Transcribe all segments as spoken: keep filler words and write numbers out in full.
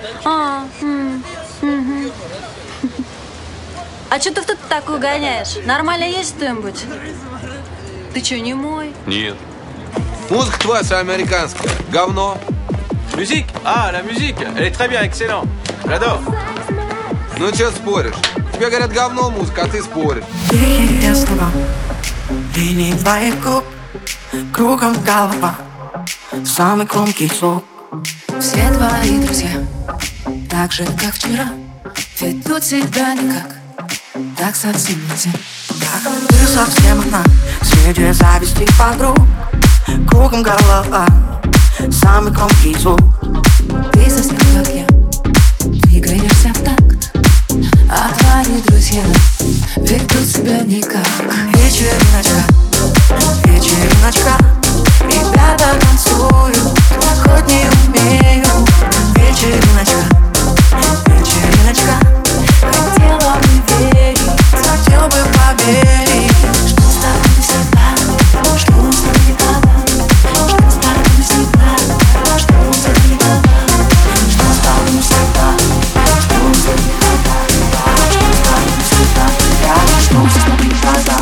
А, м, мгм. А что ты тут так угоняешь? Нормально есть кто-нибудь? Ты что, не мой? Нет. Музыка твоя вся американская. Говно. Musique? Ah, la musique. Elle est très bien, excellent. J'adore. Ну что споришь? Тебе говорят говно музыка, а ты споришь. Линии слова, линии твоих губ, кругом голова, самый громкий звук. Все твои друзья, так же, как вчера, ведут себя никак, так совсем нельзя. Ты совсем одна, среди зависти подруг, кругом голова, самый громкий звук. Ты совсем как я, двигаешься в такт, а твои друзья ведут себя никак. Вечериночка, вечериночка, ребята танцуют, хоть не умею. Вечериночка, вечериночка, Хотела бы верить, хотел бы поверить, что с тобой всегда, что с тобой никогда, что с тобой всегда, что с тобой никогда, что с тобой всегда, что с тобой никогда, что с тобой всегда, что с тобой никогда.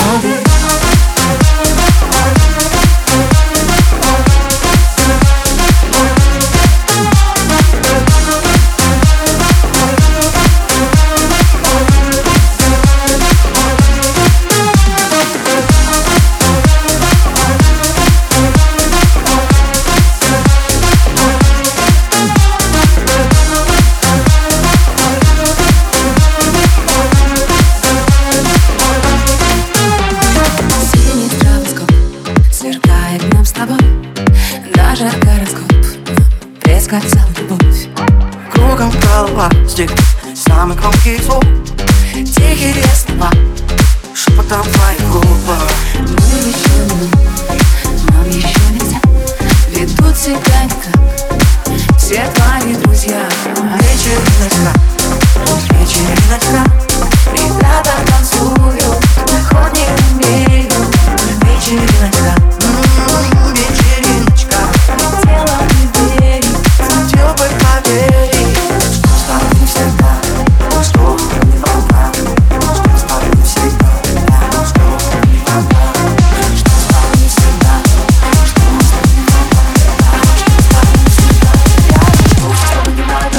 Синий стробоскоп сверкает нам с тобой, даже гороскоп предсказал любовь. кругом голова, здесь самый громкий звук. Тихие слова, шепотом твоих губ. Мы еще не, нам еще нельзя, ведут себя никак, все твои друзья. Вечериночка, вечериночка, ребята танцуют, хоть не умею. Вечериночка, м-м, вечериночка, Хотела бы верить, хотел бы поверить, что с тобой всегда, что не волна, что с тобой всегда, что не волна, что с тобой всегда, что с тобой не волна, что с тобой всегда, что с тобой не волна.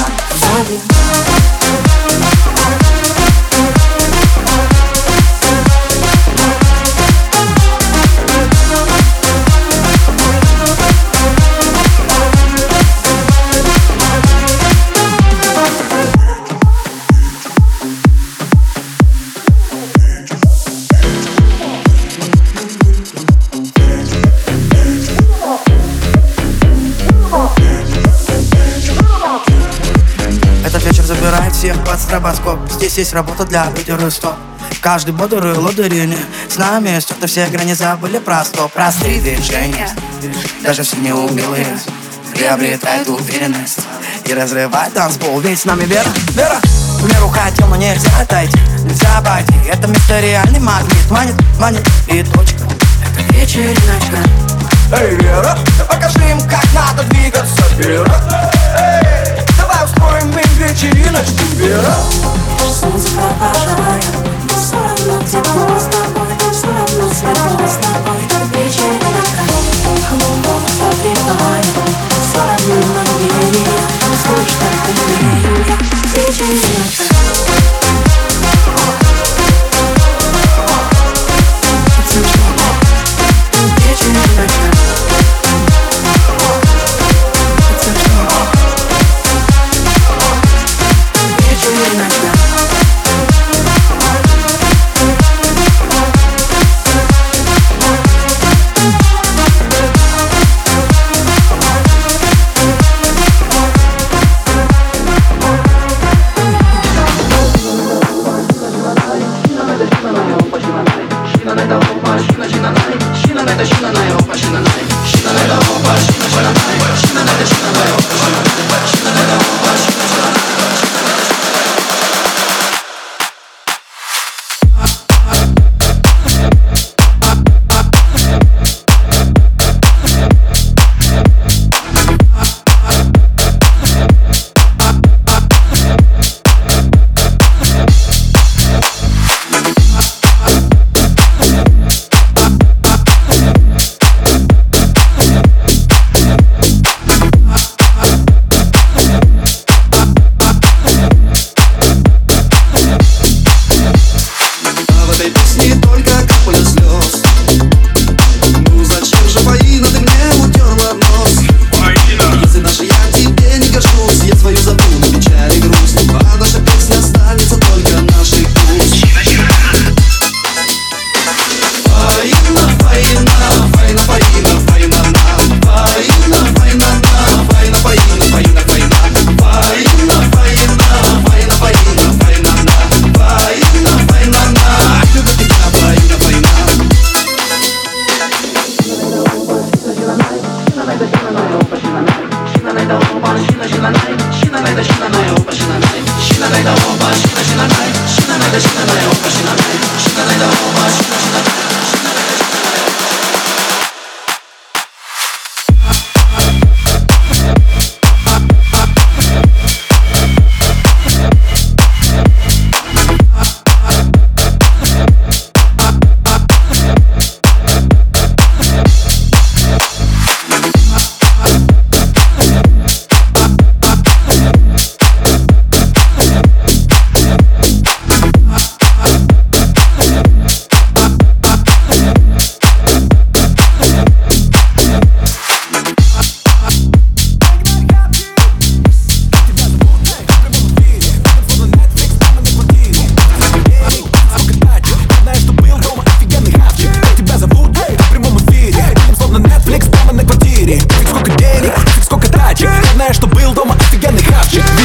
Этот вечер забирает всех под стробоскоп. Здесь есть работа для лидеров стоп. Каждый бодрый лодырине с нами стерты все грани, забыли про стоп. Простые движения, даже все неумелые приобретают уверенность и разрывает танцпол. Ведь с нами вера, вера. В меру хотел, но нельзя отойти, нельзя обойти. Это мистериальный магнит, манит, манит и точка. Это вечериночка. Эй, Вера, покажи им, как надо двигаться, Вера. Эй, давай устроим им вечериночку, Вера. солнце провожает, все равно тепло с тобой, все равно светло с тобой. Вечериночка, холодно согревает, все равно мгновение, слышь, как умею я. Вечериночка. Вечериночка.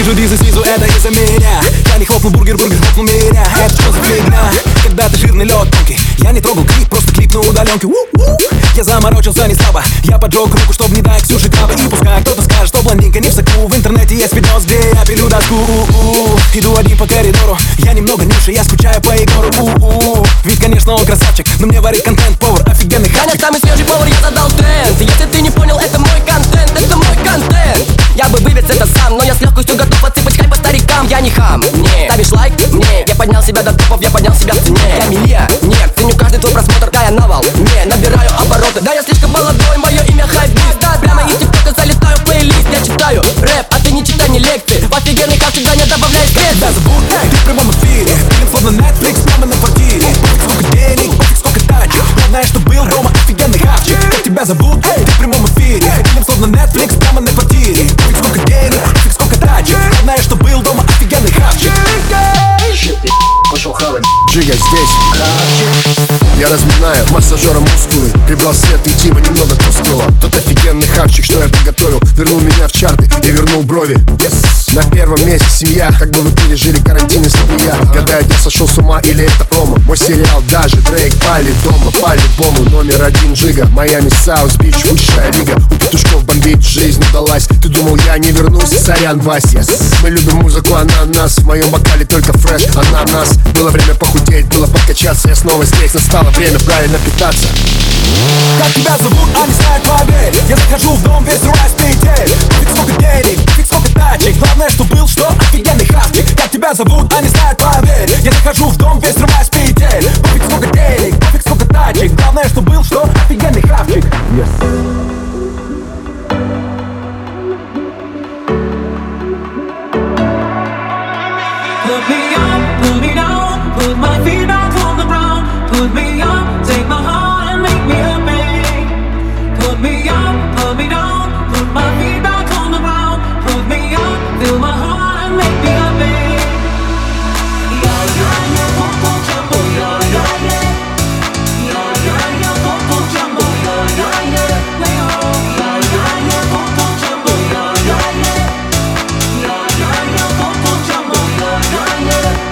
Вижу дизы снизу, это из-за меня. Я не хлопнул бургер, бургер хлопнул меня. Это что за фигня? Когда ты жирный лед тонкий. Я не трогал клип, просто клип на удаленке. У-у. Я заморочился не слабо. Я поджег руку, чтоб не дать Ксюше крабы. И пускай кто-то скажет, что блондинка не в соку. В интернете есть видос, где я пилю доску. У-у. Иду один по коридору. Я немного ниже, я скучаю по Егору. У-у. Ведь, конечно, он красавчик, но мне варит контент повар, офигенный хавчик. Самый свежий повар, я задал тренд. Если ты не понял, это мой контент, это мой контент. Я бы вывез это сам, но я с легкостью готов отсыпать хайп по старикам. Я не хам, нет. Ставишь лайк? Нет. Я поднял себя до топов, я поднял себя в цене. Я миллия? Нет. Ценю каждый твой просмотр, да, я навал. Не, набираю обороты, да, я слишком молодой, мое имя хайп-бист. Да, прямо из тиктока залетаю в плейлист. Я читаю рэп, а ты не читай не лекции. В офигенный хавчик, да, не добавляй скрепы. Тебя зовут, эй, ты в прямом эфире. Фильм словно Netflix, прямо на квартире. Пофиг сколько денег, пофиг сколько тачек. Главное, что был дома офигенный хавчик. Как тебя зовут, эй, ты в прямом эфире. Фильм словно Netflix, прямо на квартире. Пофиг сколько денег, пофиг сколько тачек. Главное, что был дома офигенный хавчик. Пошел хавать. Джига здесь. Я разминаю массажером мускулы. Прибрал свет и Тима немного тусклого. Тот офигенный хавчик, что я приготовил, вернул меня в чарты и вернул брови. Yes. На первом месте семья. Как бы вы пережили карантин, если бы я гадаю, я сошел с ума или это промо. Мой сериал даже Дрейк пали дома. По-любому номер один Джига. Майами Саус Бич, высшая лига. У петушков бомбить жизнь удалась. Ты думал, я не вернусь? Сорян, Вась. Yes. Мы любим музыку, она нас. В моем бокале только фреш, она нас. Было время похудеть, было подкачаться. Я снова здесь, настало время правильно питаться. Как тебя зовут, они знают, поверь. Я захожу в дом, весь рваюсь петель. Пофиг сколько денег, пофиг сколько тачек. Главное, что был, что офигенный хавчик. Как тебя зовут, они знают, поверь. Я захожу в дом, весь рваюсь петель. Пофиг сколько денег, пофиг сколько тачек. Главное, что был, что офигенный хавчик. Yes. Put me up, put me down, put my feet back on the ground. Put me up, take my heart and make me happy. Put me up, put me down, put my feet back on the ground. Put me up, fill my heart and make me happy. Yeah, yeah, yeah, pom pom jumbo, yeah, yeah, yeah. Yeah, yeah, yeah, pom pom jumbo, yeah, yeah, yeah. Yeah, yeah, yeah, pom pom jumbo, yeah, yeah, yeah. Yeah, yeah, yeah, pom pom jumbo, yeah, yeah, yeah.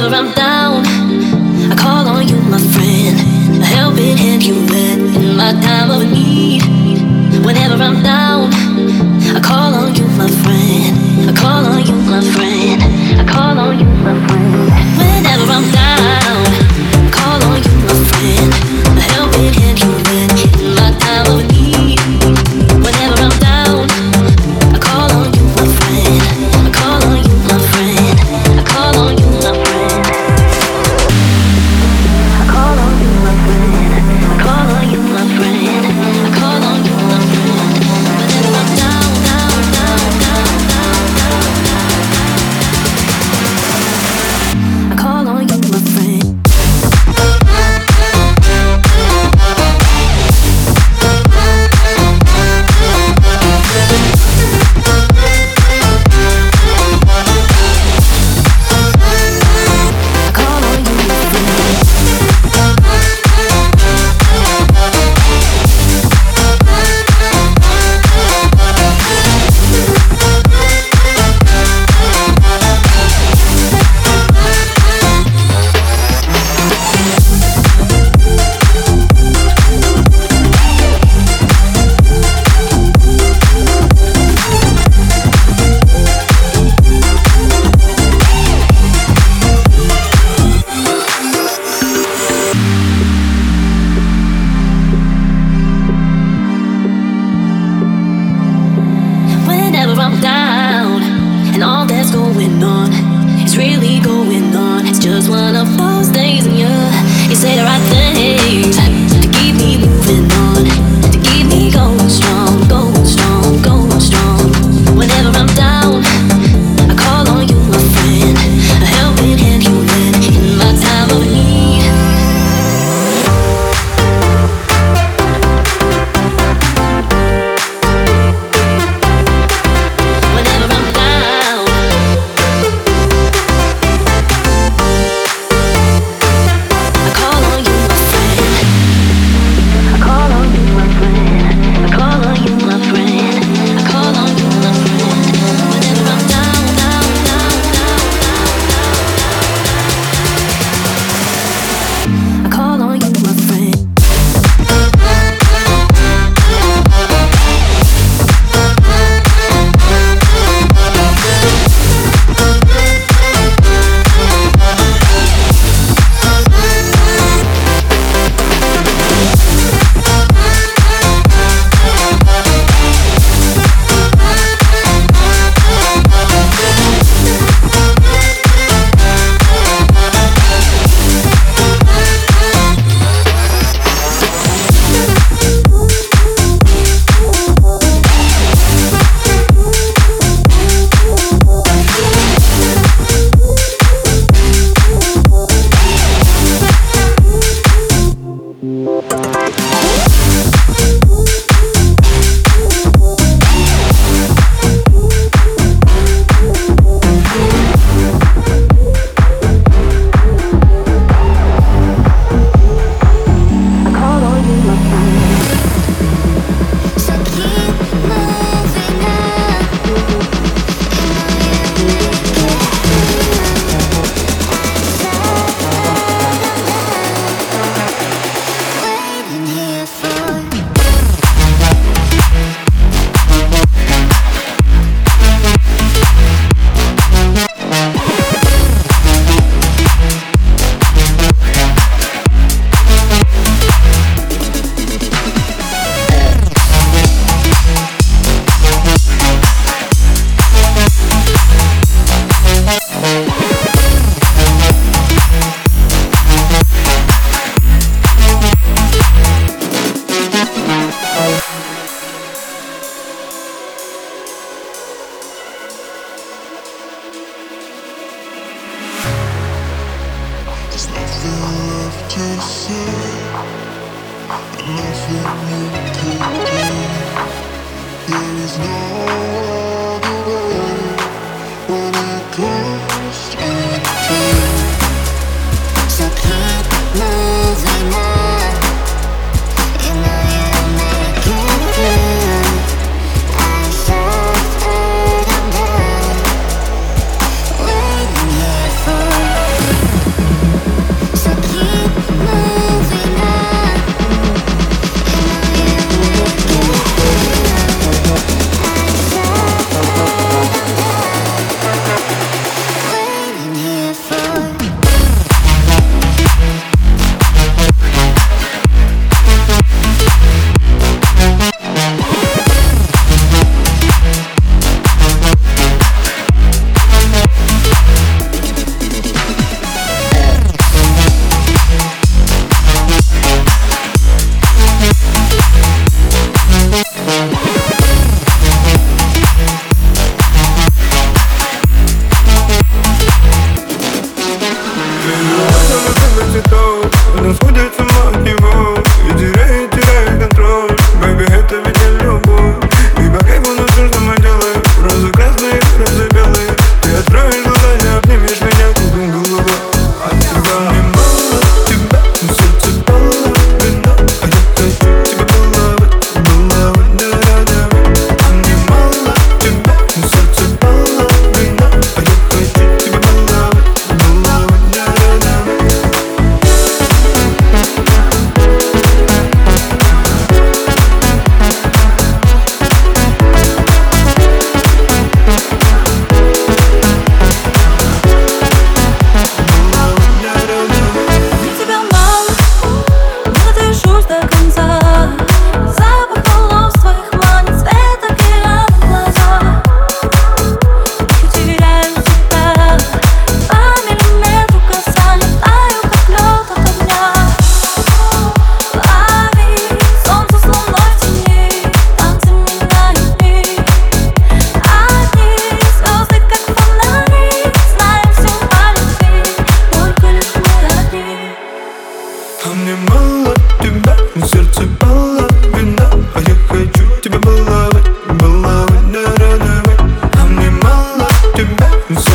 Whenever I'm down, I call on you, my friend. A helping hand you lend in my time of need. Whenever I'm down, I call on you, my friend. I call on you, my friend. I call on you, my friend. Whenever I'm down, I call on you, my friend. A helping hand you lend in my time of need. Whenever I'm down, I call on you, my friend. I call on you, my friend. I call on you, my friend. I call on you, my friend. I call on you, my friend. I call on you, my friend. Whenever I'm down, down, down, down, down, down, I call on you, my friend. Whenever I'm down, and all that's going on is really going on. It's just one of those days, and you, you say the right things to keep me moving on, to keep me going strong, going strong, going strong. Whenever I'm down, I call on you, my friend. A helping hand you lend in my time of need. Whenever I'm down, I call on you, my friend. I call on you, my friend. I call on you, my friend. I call on you, my friend. Whenever I'm down, down, down, down, I call on you, my friend.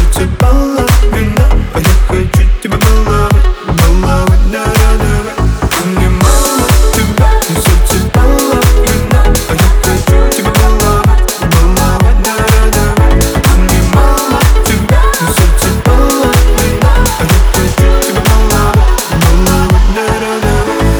сердце половина, а я хочу тебя баловать, баловать, да-да-да. Мне мало тебя, но сердце половина, а я хочу тебя баловать, баловать, да-да-да. Мне мало тебя, но сердце половина, а я хочу тебя баловать, баловать, да-да-да.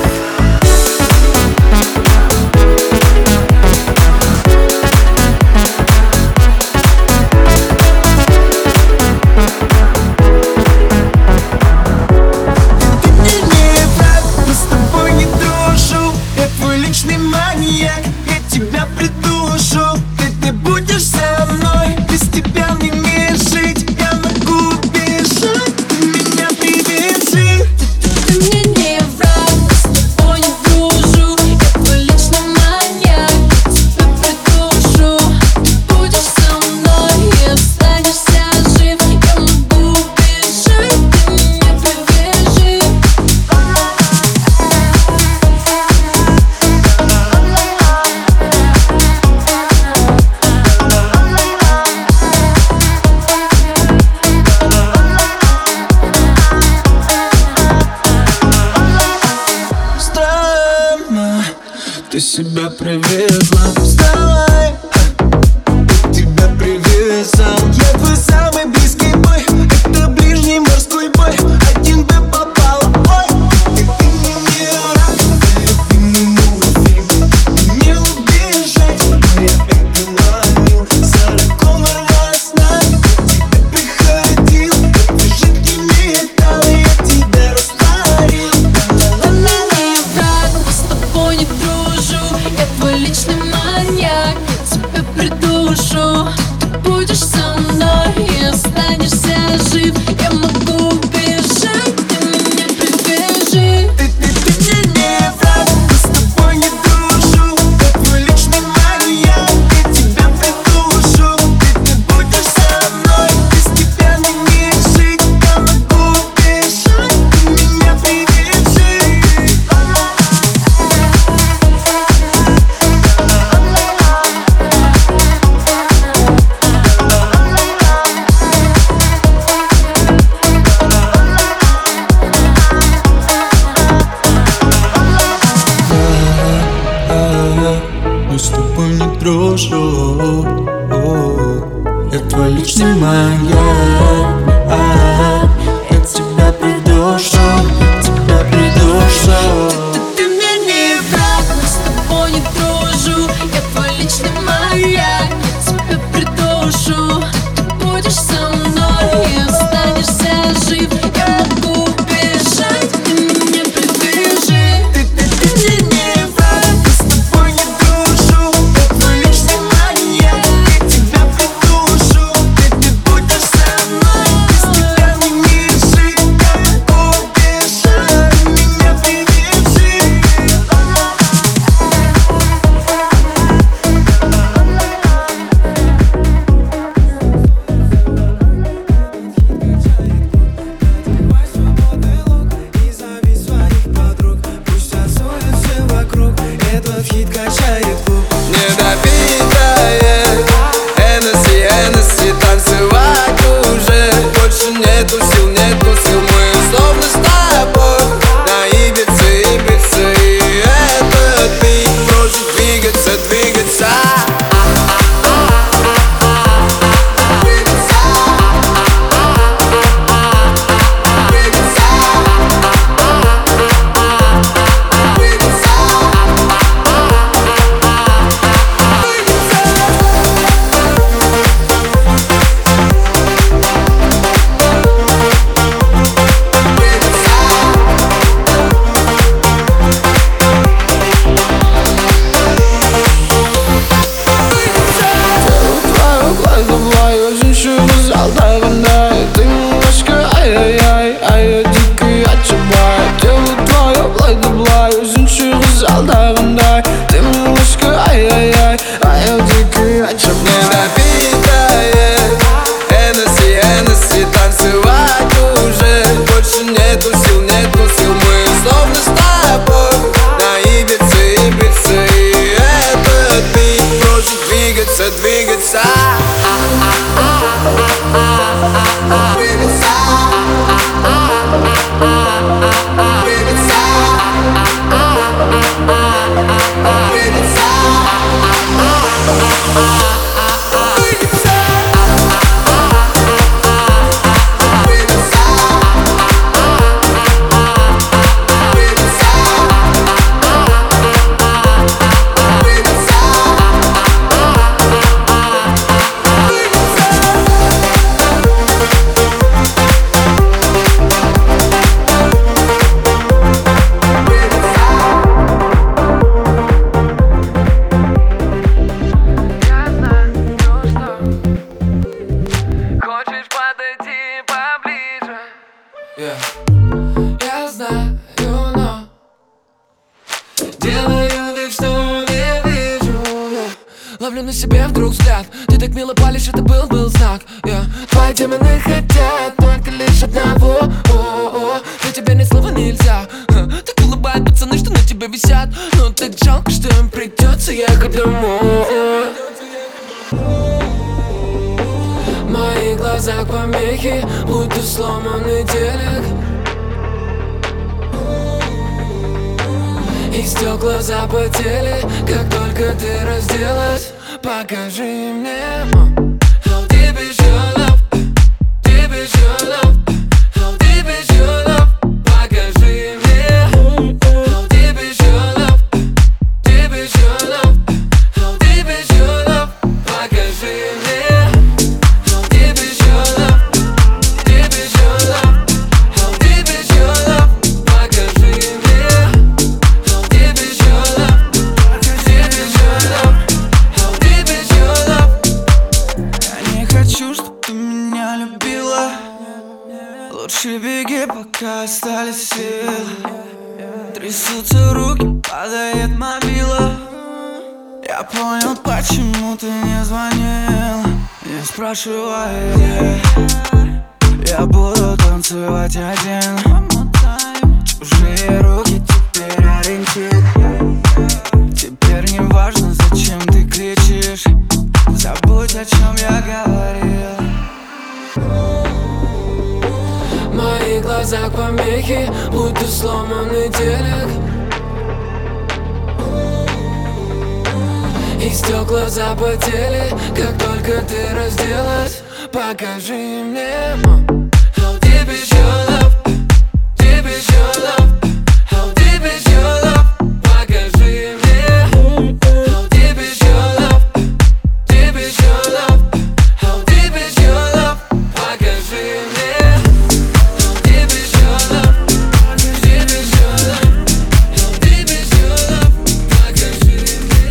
Ты себя привезла, вставай, я тебя привязал. Я твой самый близкий бой, это ближний морской бой. Один бы попала, ой, ты, ты мне не рак, ты не мультфильм, не убежать. Я это ловил, сороком рвалась на тебя приходил, как ты жидкий металл, я тебя растворил. Не враг, мы с тобой не дружу. Я твой личный маньяк, я тебя придушу. Ты будешь со мной и останешься жив. Я могу убежать, ты меня привяжи. Ты, ты, ты мне не враг, мы с тобой не дружу. Я твой личный маньяк, я тебя придушу. Ты, ты будешь со мной, без тебя мне не жить. Я могу убежать, ты меня привяжи. Мы с тобой не дружу. Я твой личный маньяк, я тебя придушу, тебя придушу. Ты, ты мне не враг, мы с тобой не дружу. Я твой личный маньяк, я тебя придушу. Ты будешь со мной и останешься жив. Я могу убежать, ты меня привяжи. Ты, ты, ты мне не враг, мы с тобой не дружу. Я твой личный маньяк, я тебя придушу. Ты, ты будешь yeah. Я знаю, но делаю вид, что не вижу, yeah. Ловлю на себе вдруг взгляд. Ты так мило палишь, это был, был знак, yeah. Твои демоны хотят только лишь одного, о-о-о. Но тебе ни слова нельзя, ха. Так улыбают пацаны, что на тебе висят. Но так жалко, что им придется ехать домой. Мои глаза помехи, будто сломанный телек. И стекла запотели, как только ты разделась. Покажи мне, how deep is your love, deep is your love, how deep is your love. Покажи мне, how deep is your love, deep is your love, how deep is your love. Покажи мне, how deep is your love, deep is your love, how deep is your love. Покажи мне, how deep is your love, deep is your love, how deep is your love. Я не хочу, чтоб ты меня любила. Лучше беги, пока остались силы. Трясутся руки, падает мобила. Я понял, почему ты не звонила. Я спрашиваю, где я буду танцевать один. Чужие руки теперь ориентир. Теперь не важно, зачем ты кричишь. Забудь, о чем я говорил. Мои глаза помехи, будто сломанный телек. И стекла запотели, как только ты разделась. Покажи мне, how deep is your love, deep is your love, how deep is your love. Покажи мне, how deep is your love, deep is your love, how deep is your love. Покажи мне, how deep is your love, deep is your love, how deep is your love. Покажи мне.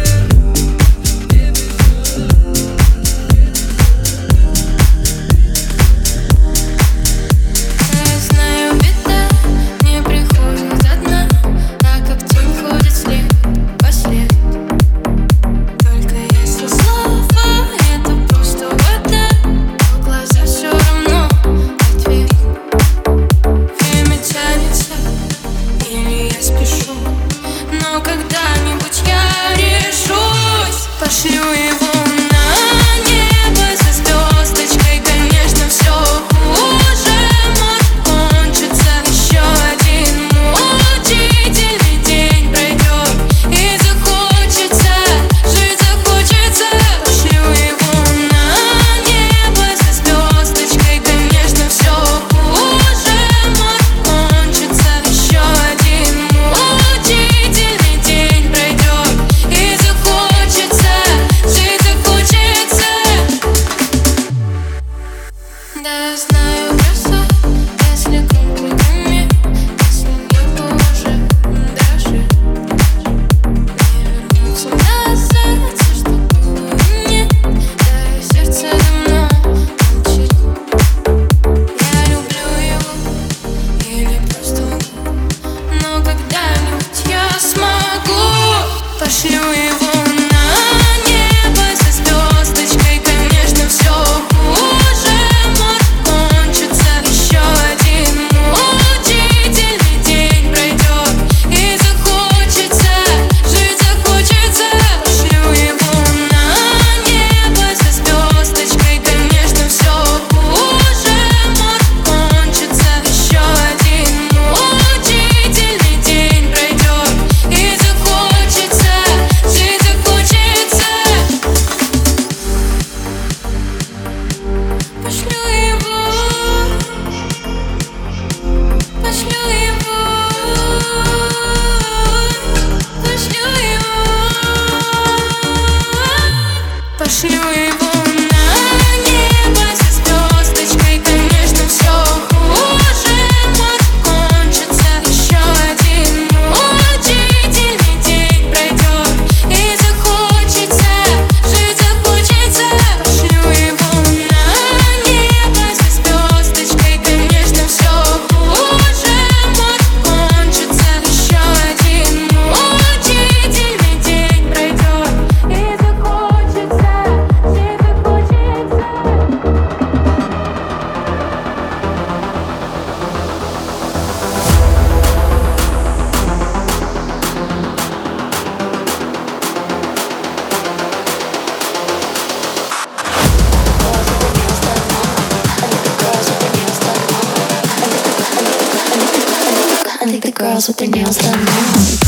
girls with their nails done now.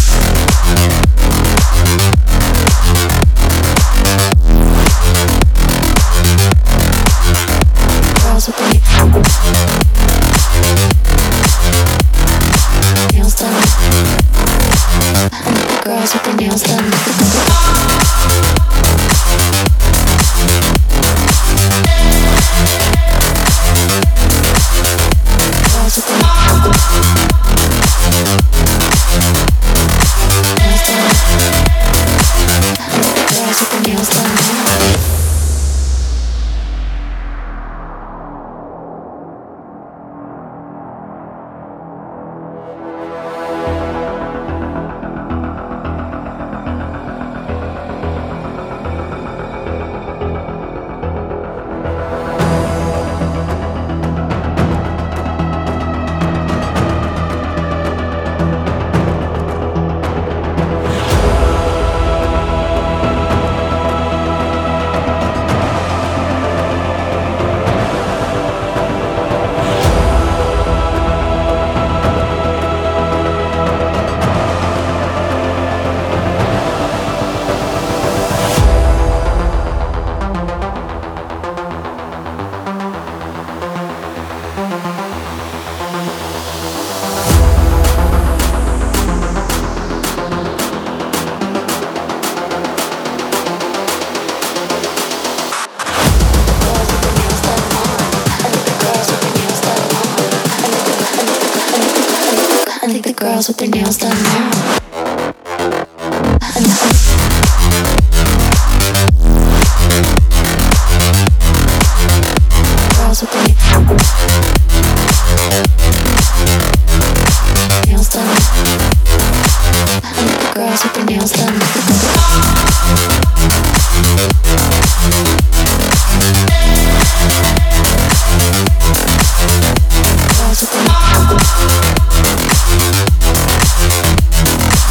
Girls with their nails done. Girls with their nails done. Girls with their nails done now. Girls with their nails done. Girls with their nails done. Girls with their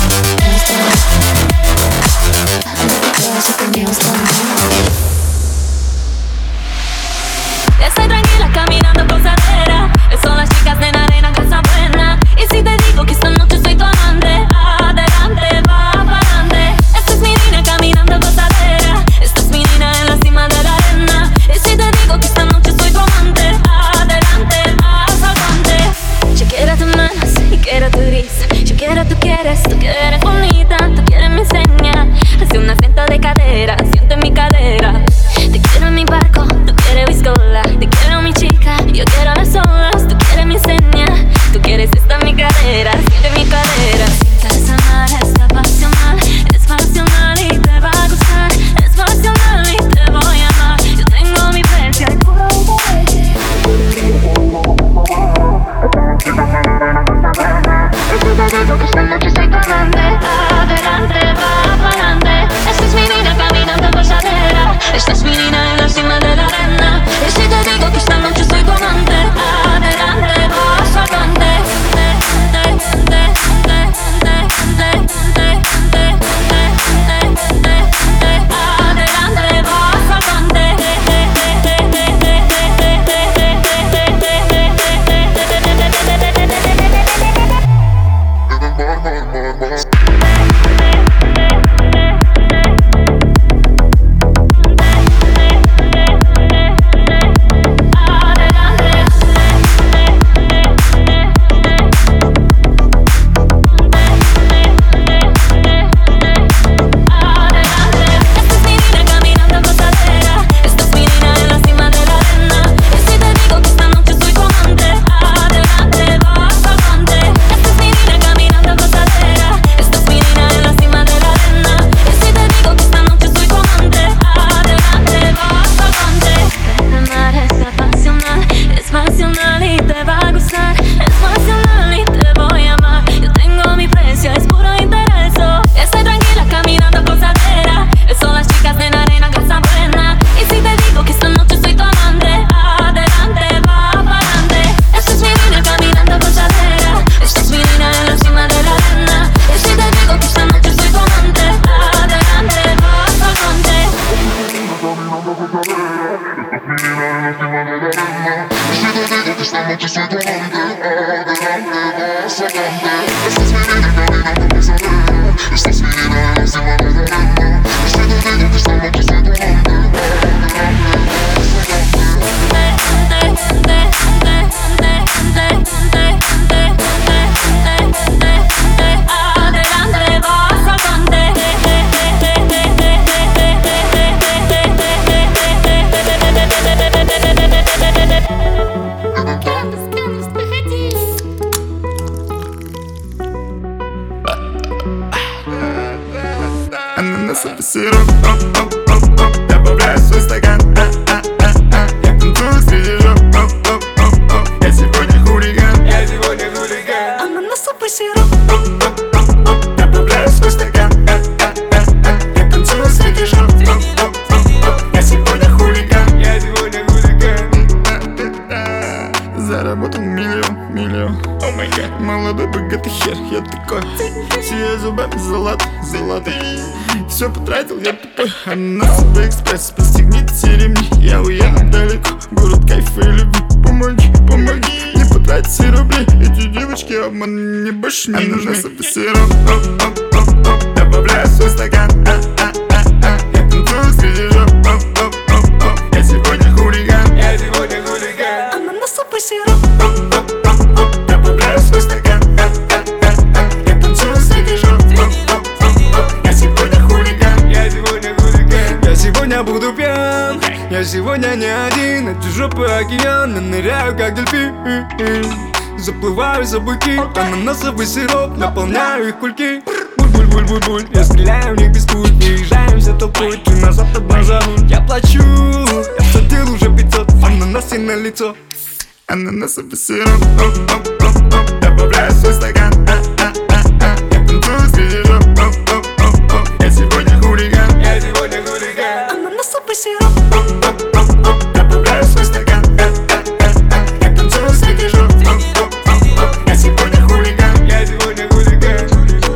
Ананасовый сироп, оп-оп-оп-оп, добавляю в свой стакан, а-а-а-а. Я танцую среди жоп, оп-оп-оп-оп. Я сегодня хулиган, я сегодня хулиган. Ананасовый сироп, оп-оп-оп-оп, добавляю в свой стакан, а-а-а-а. Я танцую среди жоп, оп-оп-оп-оп. Я сегодня хулиган, я сегодня хулиган. Заработал миллион, миллион, о май гад. Молодой богатый хер, я такой. Сияю зубами золотый, золотый. Все потратил, я тупой. Ананасовый экспресс, пристегните ремни. Я уеду далеко, город кайфа и любви. Помоги, помоги, не потратить все рубли. Эти девочки обман мне больше не нужны. Ананасовый сироп, оп-оп-оп-оп, добавляю в свой стакан, а-а-а-а. Я танцую среди жоп, оп-оп-оп-оп. Я сегодня хулиган, я сегодня хулиган. Ананасовый сироп, оп-оп-оп-оп, добавляю в свой стакан, а-а-а-а. Я танцую среди жоп, оп-оп-оп-оп. Я сегодня хулиган, я сегодня хулиган. Я сегодня буду пьян, я сегодня не один. Эти жопы океаны, ныряю как дельфин. Заплываю за буки, ананасовый сироп, наполняю их кульки. Буль-буль-буль-буль-буль, я стреляю в них без пуль. Приезжаем все толпой, ты назад одна зовут. Я плачу, я всадил уже пятьсот, ананасе на лицо. Ананасовый сироп, оп-оп-оп-оп, добавляю в свой стакан, а-а-а-а. Я танцую среди жоп, оп-оп-оп-оп. Я сегодня хулиган, я сегодня хулиган. Ананасовый сироп, оп-оп-оп-оп, добавляю в свой стакан, а-а-а-а. Я танцую среди жоп, оп-оп-оп-оп. Я сегодня хулиган, я сегодня хулиган.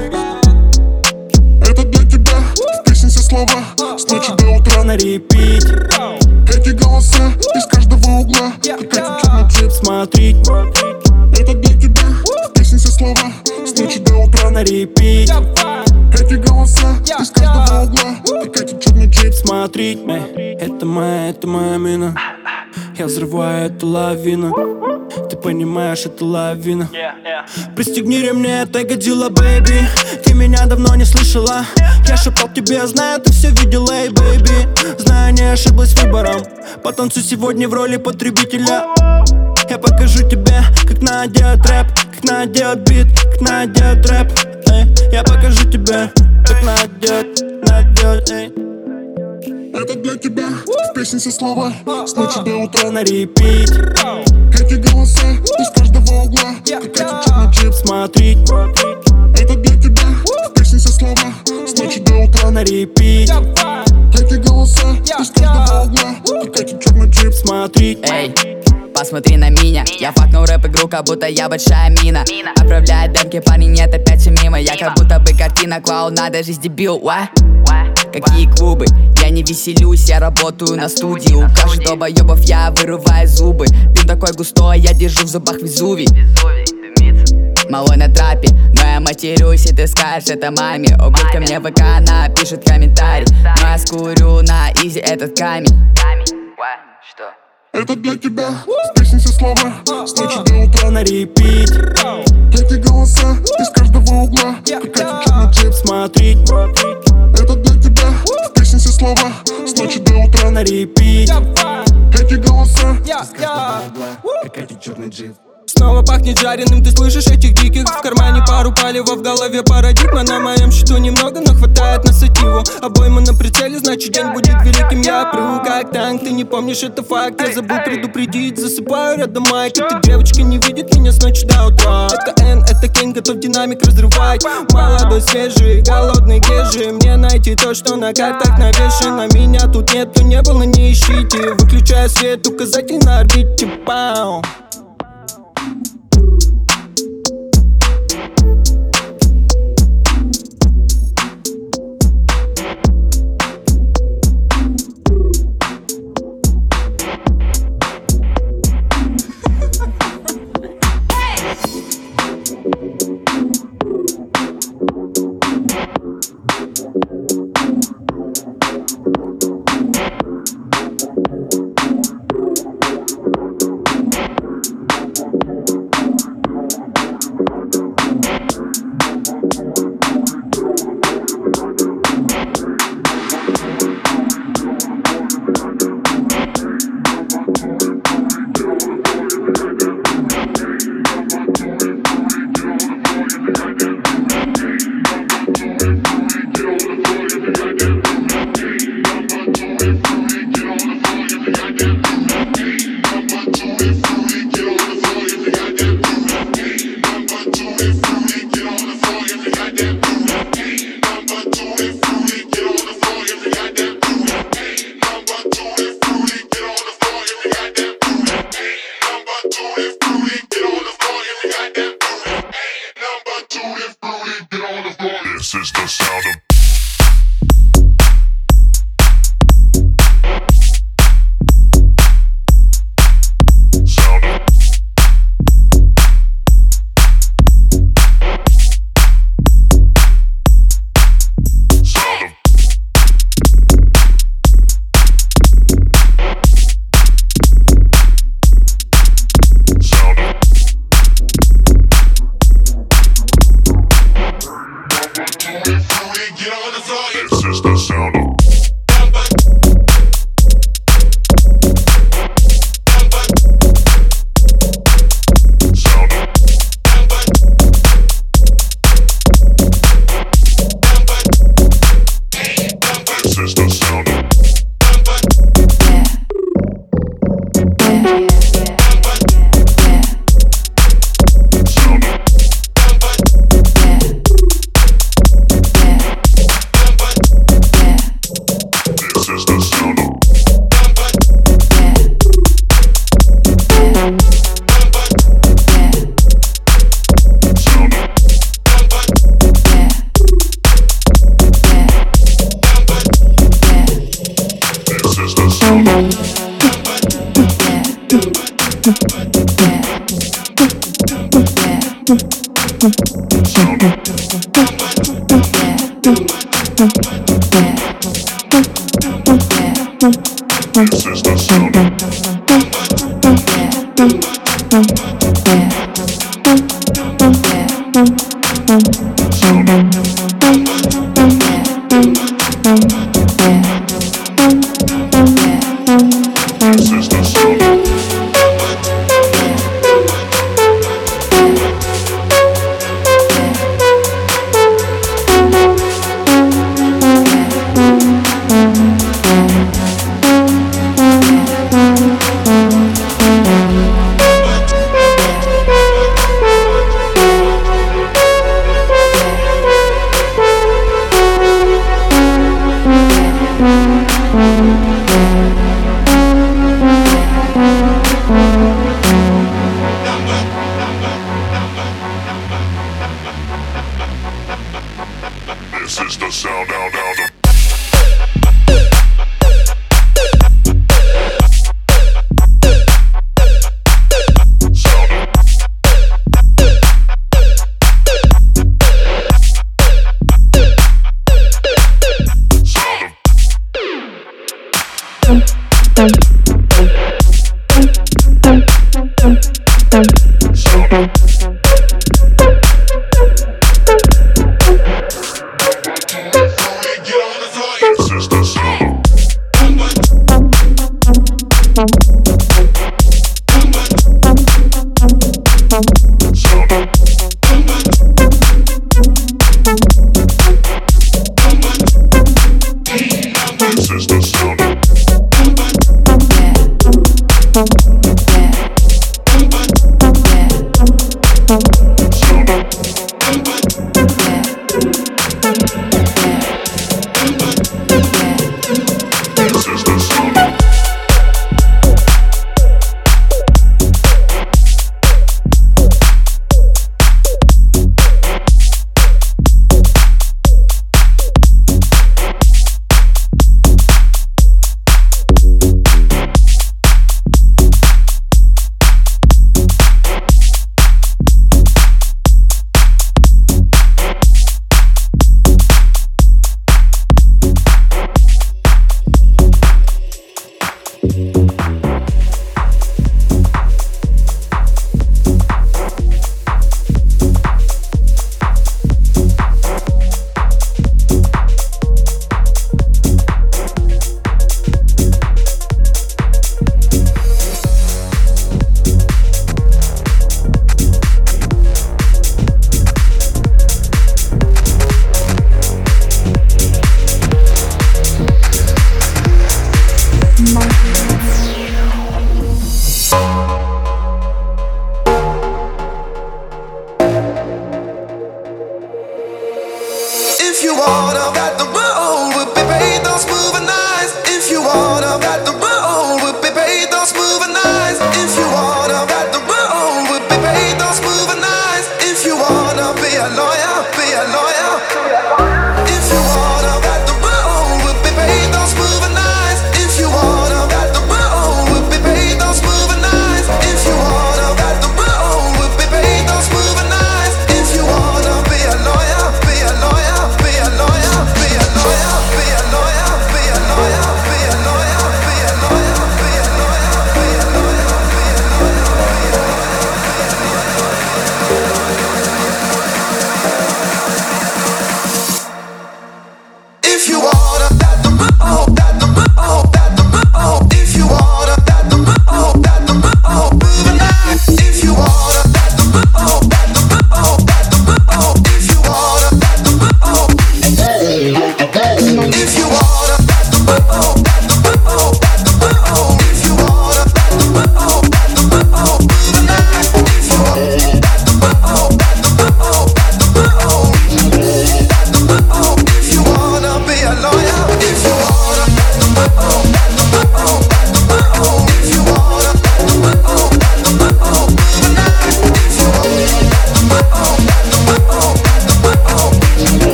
Это для тебя, в песне все слова, с ночи до утра На репит, эти голоса из каждого угла. джип смотреть. Это для тебя, в песне все слова, с ночи до утра. На репит, Эти голоса из каждого угла. Какая-то черный джип. смотреть. Эй, это моя, это моя мина. Я взрываю эту лавину. Ты понимаешь, это лавина. Пристегни ремни, это годила, бэйби. Ты меня давно не слышала. Я шептал тебе, знаю, ты все видела, эй, бэйби. Знаю, не ошиблась выбором. Потанцуй сегодня в роли потребителя. Я покажу тебе, как надо делать рэп, как надо делать бит, как надо делать рэп. Эй, я покажу тебе, как надо делать, надо делать, эй. Это для тебя, в песне все слова, с ночи до утра. На репит, Эти голоса из каждого угла. Какая-то черный джип. смотреть. Это для тебя, в песне все слова, с ночи до утра. На репит, Эти голоса из каждого угла. Какая-то черный джип. смотреть. Эй, посмотри на меня. Я факнул рэп-игру, как будто я большая мина. Отправляет демки, парни, нет, опять все мимо. Я как будто бы картина клоуна, даже с дебил. Уа? Какие клубы? Я не веселюсь, я работаю на студии. У каждого долбоёбов я вырываю зубы. Дым такой густой, я держу в зубах Везувий. Малой на трапе, но я матерюсь, и ты скажешь это маме. Ублюдка мне в ВК напишет комментарий, но я скурю на изи этот камень. Это для тебя, в песне все слова, с ночи до утра. На репит, Эти голоса из каждого угла. Какая-то черный джип. смотреть. Это для тебя, в песне все слова, с ночи до утра. На репит, Эти голоса какая-то черный джип. Снова пахнет жареным, ты слышишь этих диких. В кармане пару палева, в голове парадигма. На моем счету немного, но хватает на сативу. Обойма на прицеле, значит день будет великим. Я прыгаю как танк, ты не помнишь, это факт. Я забыл предупредить, засыпаю рядом майк. Эта девочка не видит меня с ночи до утра. Это Н, это Кейн, готов динамик разрывать. Молодой, свежий, голодный, гежи. Мне найти то, что на картах навешено. Меня тут нету, не было, не ищите. Выключаю свет, указатель на орбите. Пау.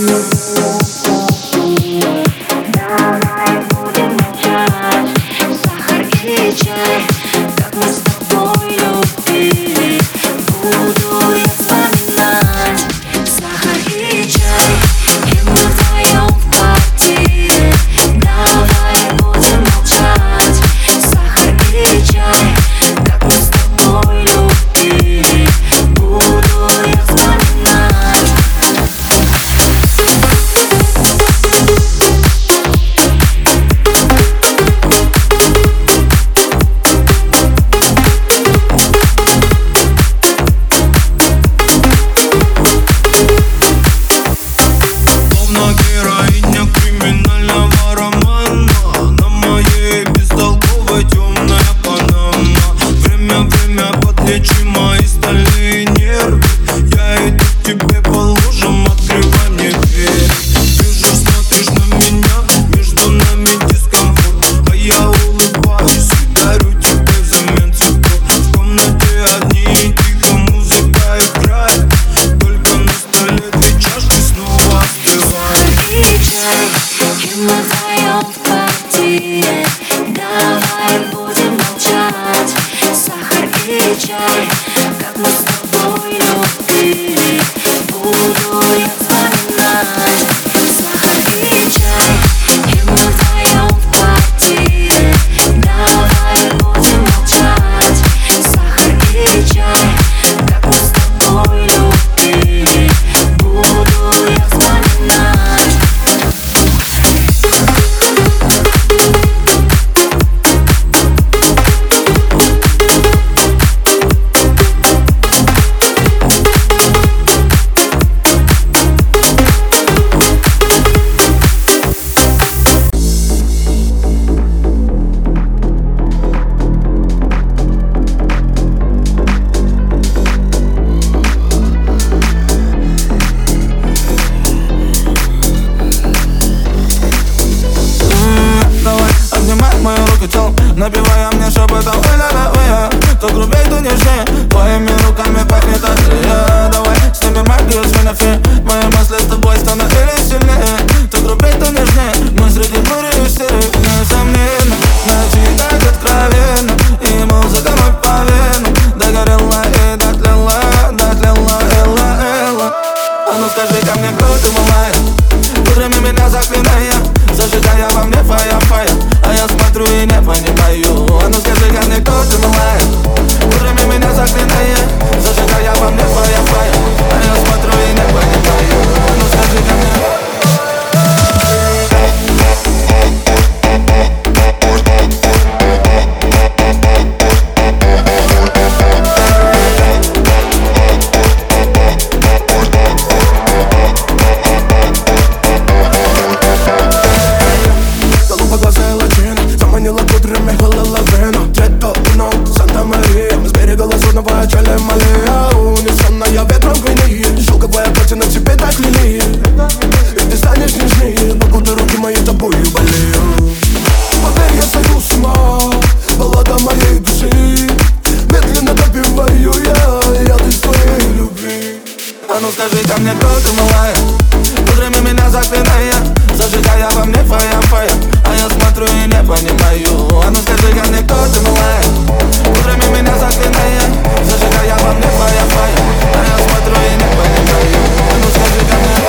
Давай будем молчать. Сахар и чай, как мы с тобой любили, буду я вспоминать. Сахар и чай, и мы вдвоем в квартире. Давай будем молчать. Сахар и чай, как мы с тобой любили, буду я вспоминать. Словно героиня криминального романа, на моей бестолковой темная панама. Время, время, подлечи мои стальные нервы. Я иду к тебе по лужам, открывай мне дверь. Вижу, смотришь на меня, между нами дискомфорт, а я улыбаюсь и дарю тебе взамен цветов. В комнате одни, тихо музыка играет, только на столе две чашки снова остывают. И чай, и мы вдвоем в квартире. Давай будем молчать. Сахар и чай, как мы с тобой любили, буду я вспоминать. Сахар и чай, и мы вдвоем в квартире. Давай будем молчать. Сахар и чай, как мы с тобой любили, буду я вспоминать. Давай, обнимай мою руку телом, напевая мне шепотом. Ой-ля-ля-ой-я, то грубей, то нежнее, твоими руками пахнет острее. Давай, снимем магию с фотографии, мои мысли с тобой становились сильнее. То грубей, то нежнее, мы среди бури и серых, несомненно. Ночи так откровенно, и музыка мой по венам догорела и дотлела, дотлела, элла, элла. А ну скажи ко мне, кто ты, малая? Утрами меня заклиная, зажигая во мне фая-фая, а я смотрю и не понимаю. А ну скажи ко мне, кто ты, малая? Утрами меня заклиная, зажигая во мне фая-фая, а я смотрю и не понимаю. А ну скажи ко мне. Голубоглазая латина заманила кудрями, вылила вену. Джетто, вино, Санта-Мария, с берега лазурного отчаля Малия. Унесенная ветром Гвинеи, шелковое платье на тебе так лилии. И ты станешь нежнее, покуда руки мои тобою болеют. Поверь, я сойду с ума, баллада моей души. Медленно допиваю я, я из твоей любви. А ну скажи ко мне, кто ты, малая? Утрами меня заклиная, зажигая во мне фая-фая, а я смотрю и не понимаю. А ну скажи ко мне, кто ты, малая? Утрами меня заклиная, зажигая во мне фая-фая, а я смотрю и не понимаю. А ну скажи ко мне.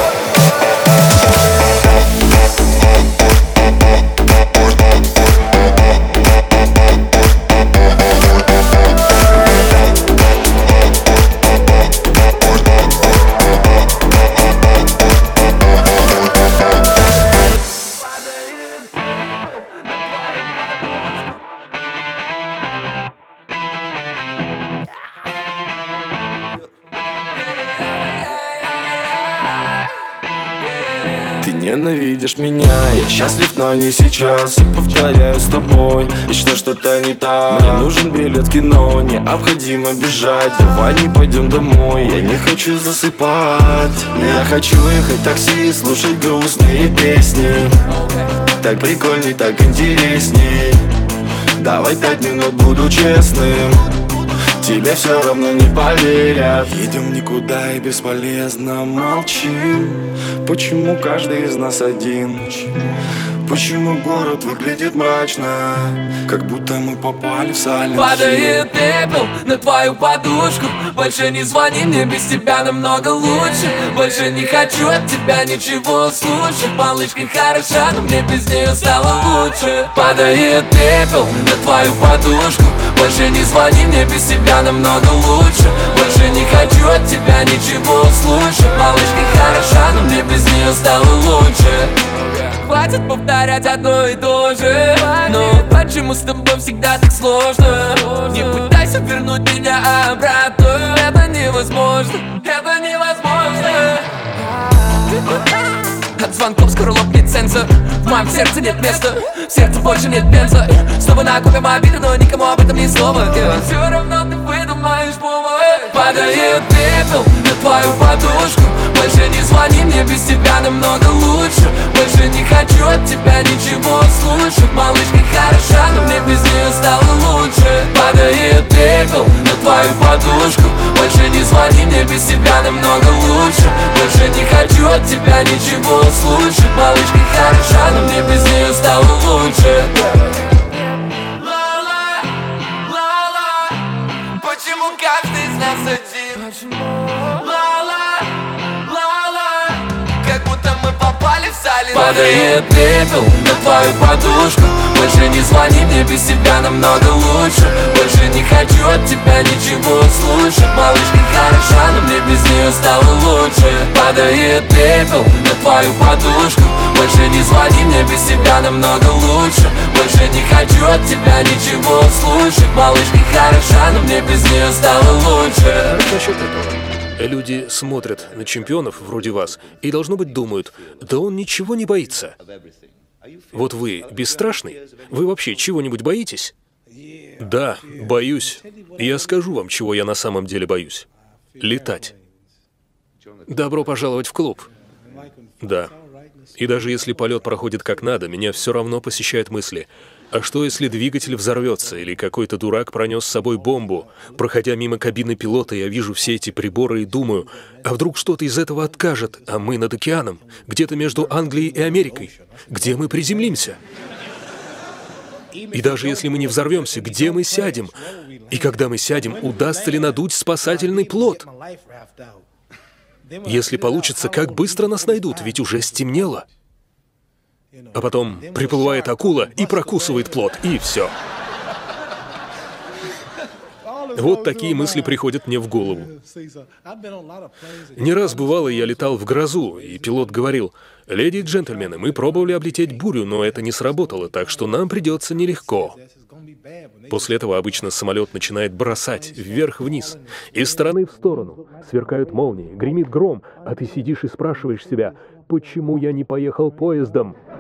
Ненавидишь меня, я счастлив, но не сейчас. И повторяю с тобой, и что что-то не так. Мне нужен билет в кино, необходимо бежать. Давай не пойдем домой, я не хочу засыпать. Я хочу ехать в такси, слушать грустные песни. Так прикольней, так интересней. Давай пять минут, буду честным. тебе все равно не поверят. Едем никуда и бесполезно молчим. Почему каждый из нас один? Почему город выглядит мрачно, как будто мы попали в Silent Hill? Падает пепел на твою подушку. Больше не звони мне, без тебя намного лучше. Больше не хочу от тебя ничего слушать. Малышка хороша, но мне без нее стало лучше. Падает пепел на твою подушку. Больше не звони мне, без тебя намного лучше. Больше не хочу от тебя ничего слушать. Малышка хороша, но мне без нее стало лучше. Хватит повторять одно и то же. Но почему с тобой всегда так сложно? Не пытайся вернуть меня обратно. Это невозможно, это невозможно. От звонков скоро лопнет сенсор. В моем сердце нет места, в сердце больше нет бенза. Снова накопим обиды, но никому об этом ни слова. Все равно ты выдумаешь повод. Падает пепел на твою подушку. Больше не звони мне, без тебя намного лучше. Больше не хочу от тебя ничего слушать. Малышка хороша, но мне без нее стало лучше. Падает пепел на твою подушку. Больше не звони мне, без тебя намного лучше. Больше не хочу от тебя ничего слушать. Малышка хороша, но мне без нее стало лучше. Ла-ла, ла-ла, почему каждый из нас один? Почему? Ла-ла, ла-ла, как будто мы попали в Silent Hill. Падает пепел на твою подушку. Больше не звони мне, без тебя намного лучше. Больше не хочу от тебя ничего слушать. Малышка хороша, но мне без нее стало лучше. Падает пепел на твою подушку. Больше не звони мне, без тебя намного лучше. Больше не хочу от тебя ничего слушать. Малышка хороша, но мне без нее стало лучше. Насчет этого. Люди смотрят на чемпионов вроде вас и, должно быть, думают, да он ничего не боится. Вот вы бесстрашный? Вы вообще чего-нибудь боитесь? Да, боюсь. Я скажу вам, чего я на самом деле боюсь. Летать. Добро пожаловать в клуб. Да. И даже если полет проходит как надо, меня все равно посещают мысли. А что, если двигатель взорвется, или какой-то дурак пронес с собой бомбу? Проходя мимо кабины пилота, я вижу все эти приборы и думаю, а вдруг что-то из этого откажет, а мы над океаном, где-то между Англией и Америкой. Где мы приземлимся? И даже если мы не взорвемся, где мы сядем? И когда мы сядем, удастся ли надуть спасательный плот? Если получится, как быстро нас найдут, ведь уже стемнело. А потом приплывает акула и прокусывает плот, и все. Вот такие мысли приходят мне в голову. Не раз бывало, я летал в грозу, и пилот говорил, «Леди и джентльмены, мы пробовали облететь бурю, но это не сработало, так что нам придется нелегко». После этого обычно самолет начинает бросать вверх-вниз, из стороны в сторону. Сверкают молнии, гремит гром, а ты сидишь и спрашиваешь себя, «Почему я не поехал поездом?»